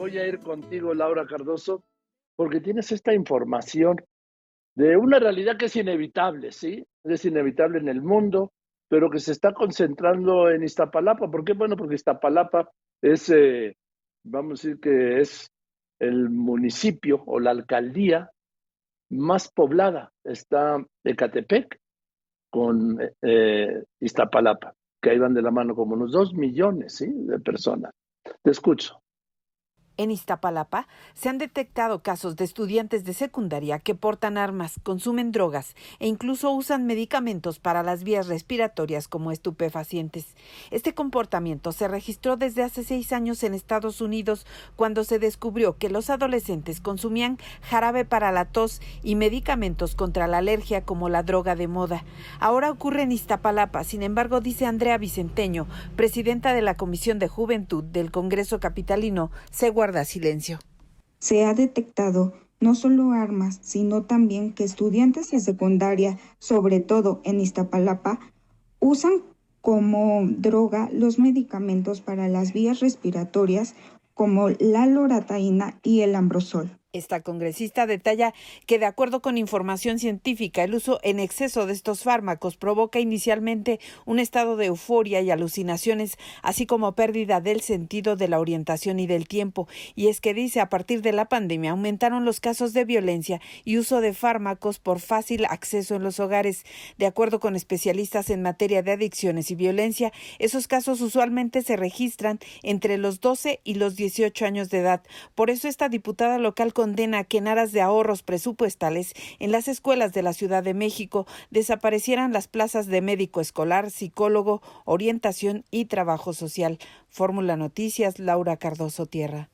Voy a ir contigo, Laura Cardoso, porque tienes esta información de una realidad que es inevitable, ¿sí? Es inevitable en el mundo, pero que se está concentrando en Iztapalapa. ¿Por qué? Bueno, porque Iztapalapa es, vamos a decir que es el municipio o la alcaldía más poblada. Está Ecatepec con Iztapalapa, que ahí van de la mano como unos 2 millones, ¿sí?, de personas. Te escucho. En Iztapalapa se han detectado casos de estudiantes de secundaria que portan armas, consumen drogas e incluso usan medicamentos para las vías respiratorias como estupefacientes. Este comportamiento se registró desde hace 6 años en Estados Unidos, cuando se descubrió que los adolescentes consumían jarabe para la tos y medicamentos contra la alergia como la droga de moda. Ahora ocurre en Iztapalapa, sin embargo, dice Andrea Vicenteño, presidenta de la Comisión de Juventud del Congreso Capitalino, se guarda silencio. Se ha detectado no solo armas, sino también que estudiantes de secundaria, sobre todo en Iztapalapa, usan como droga los medicamentos para las vías respiratorias como la loratadina y el ambrosol. Esta congresista detalla que, de acuerdo con información científica, el uso en exceso de estos fármacos provoca inicialmente un estado de euforia y alucinaciones, así como pérdida del sentido de la orientación y del tiempo. Y es que dice, a partir de la pandemia aumentaron los casos de violencia y uso de fármacos por fácil acceso en los hogares. De acuerdo con especialistas en materia de adicciones y violencia, esos casos usualmente se registran entre los 12 y los 18 años de edad. Por eso esta diputada local condena que, en aras de ahorros presupuestales, en las escuelas de la Ciudad de México desaparecieran las plazas de médico escolar, psicólogo, orientación y trabajo social. Fórmula Noticias, Laura Cardoso Tierra.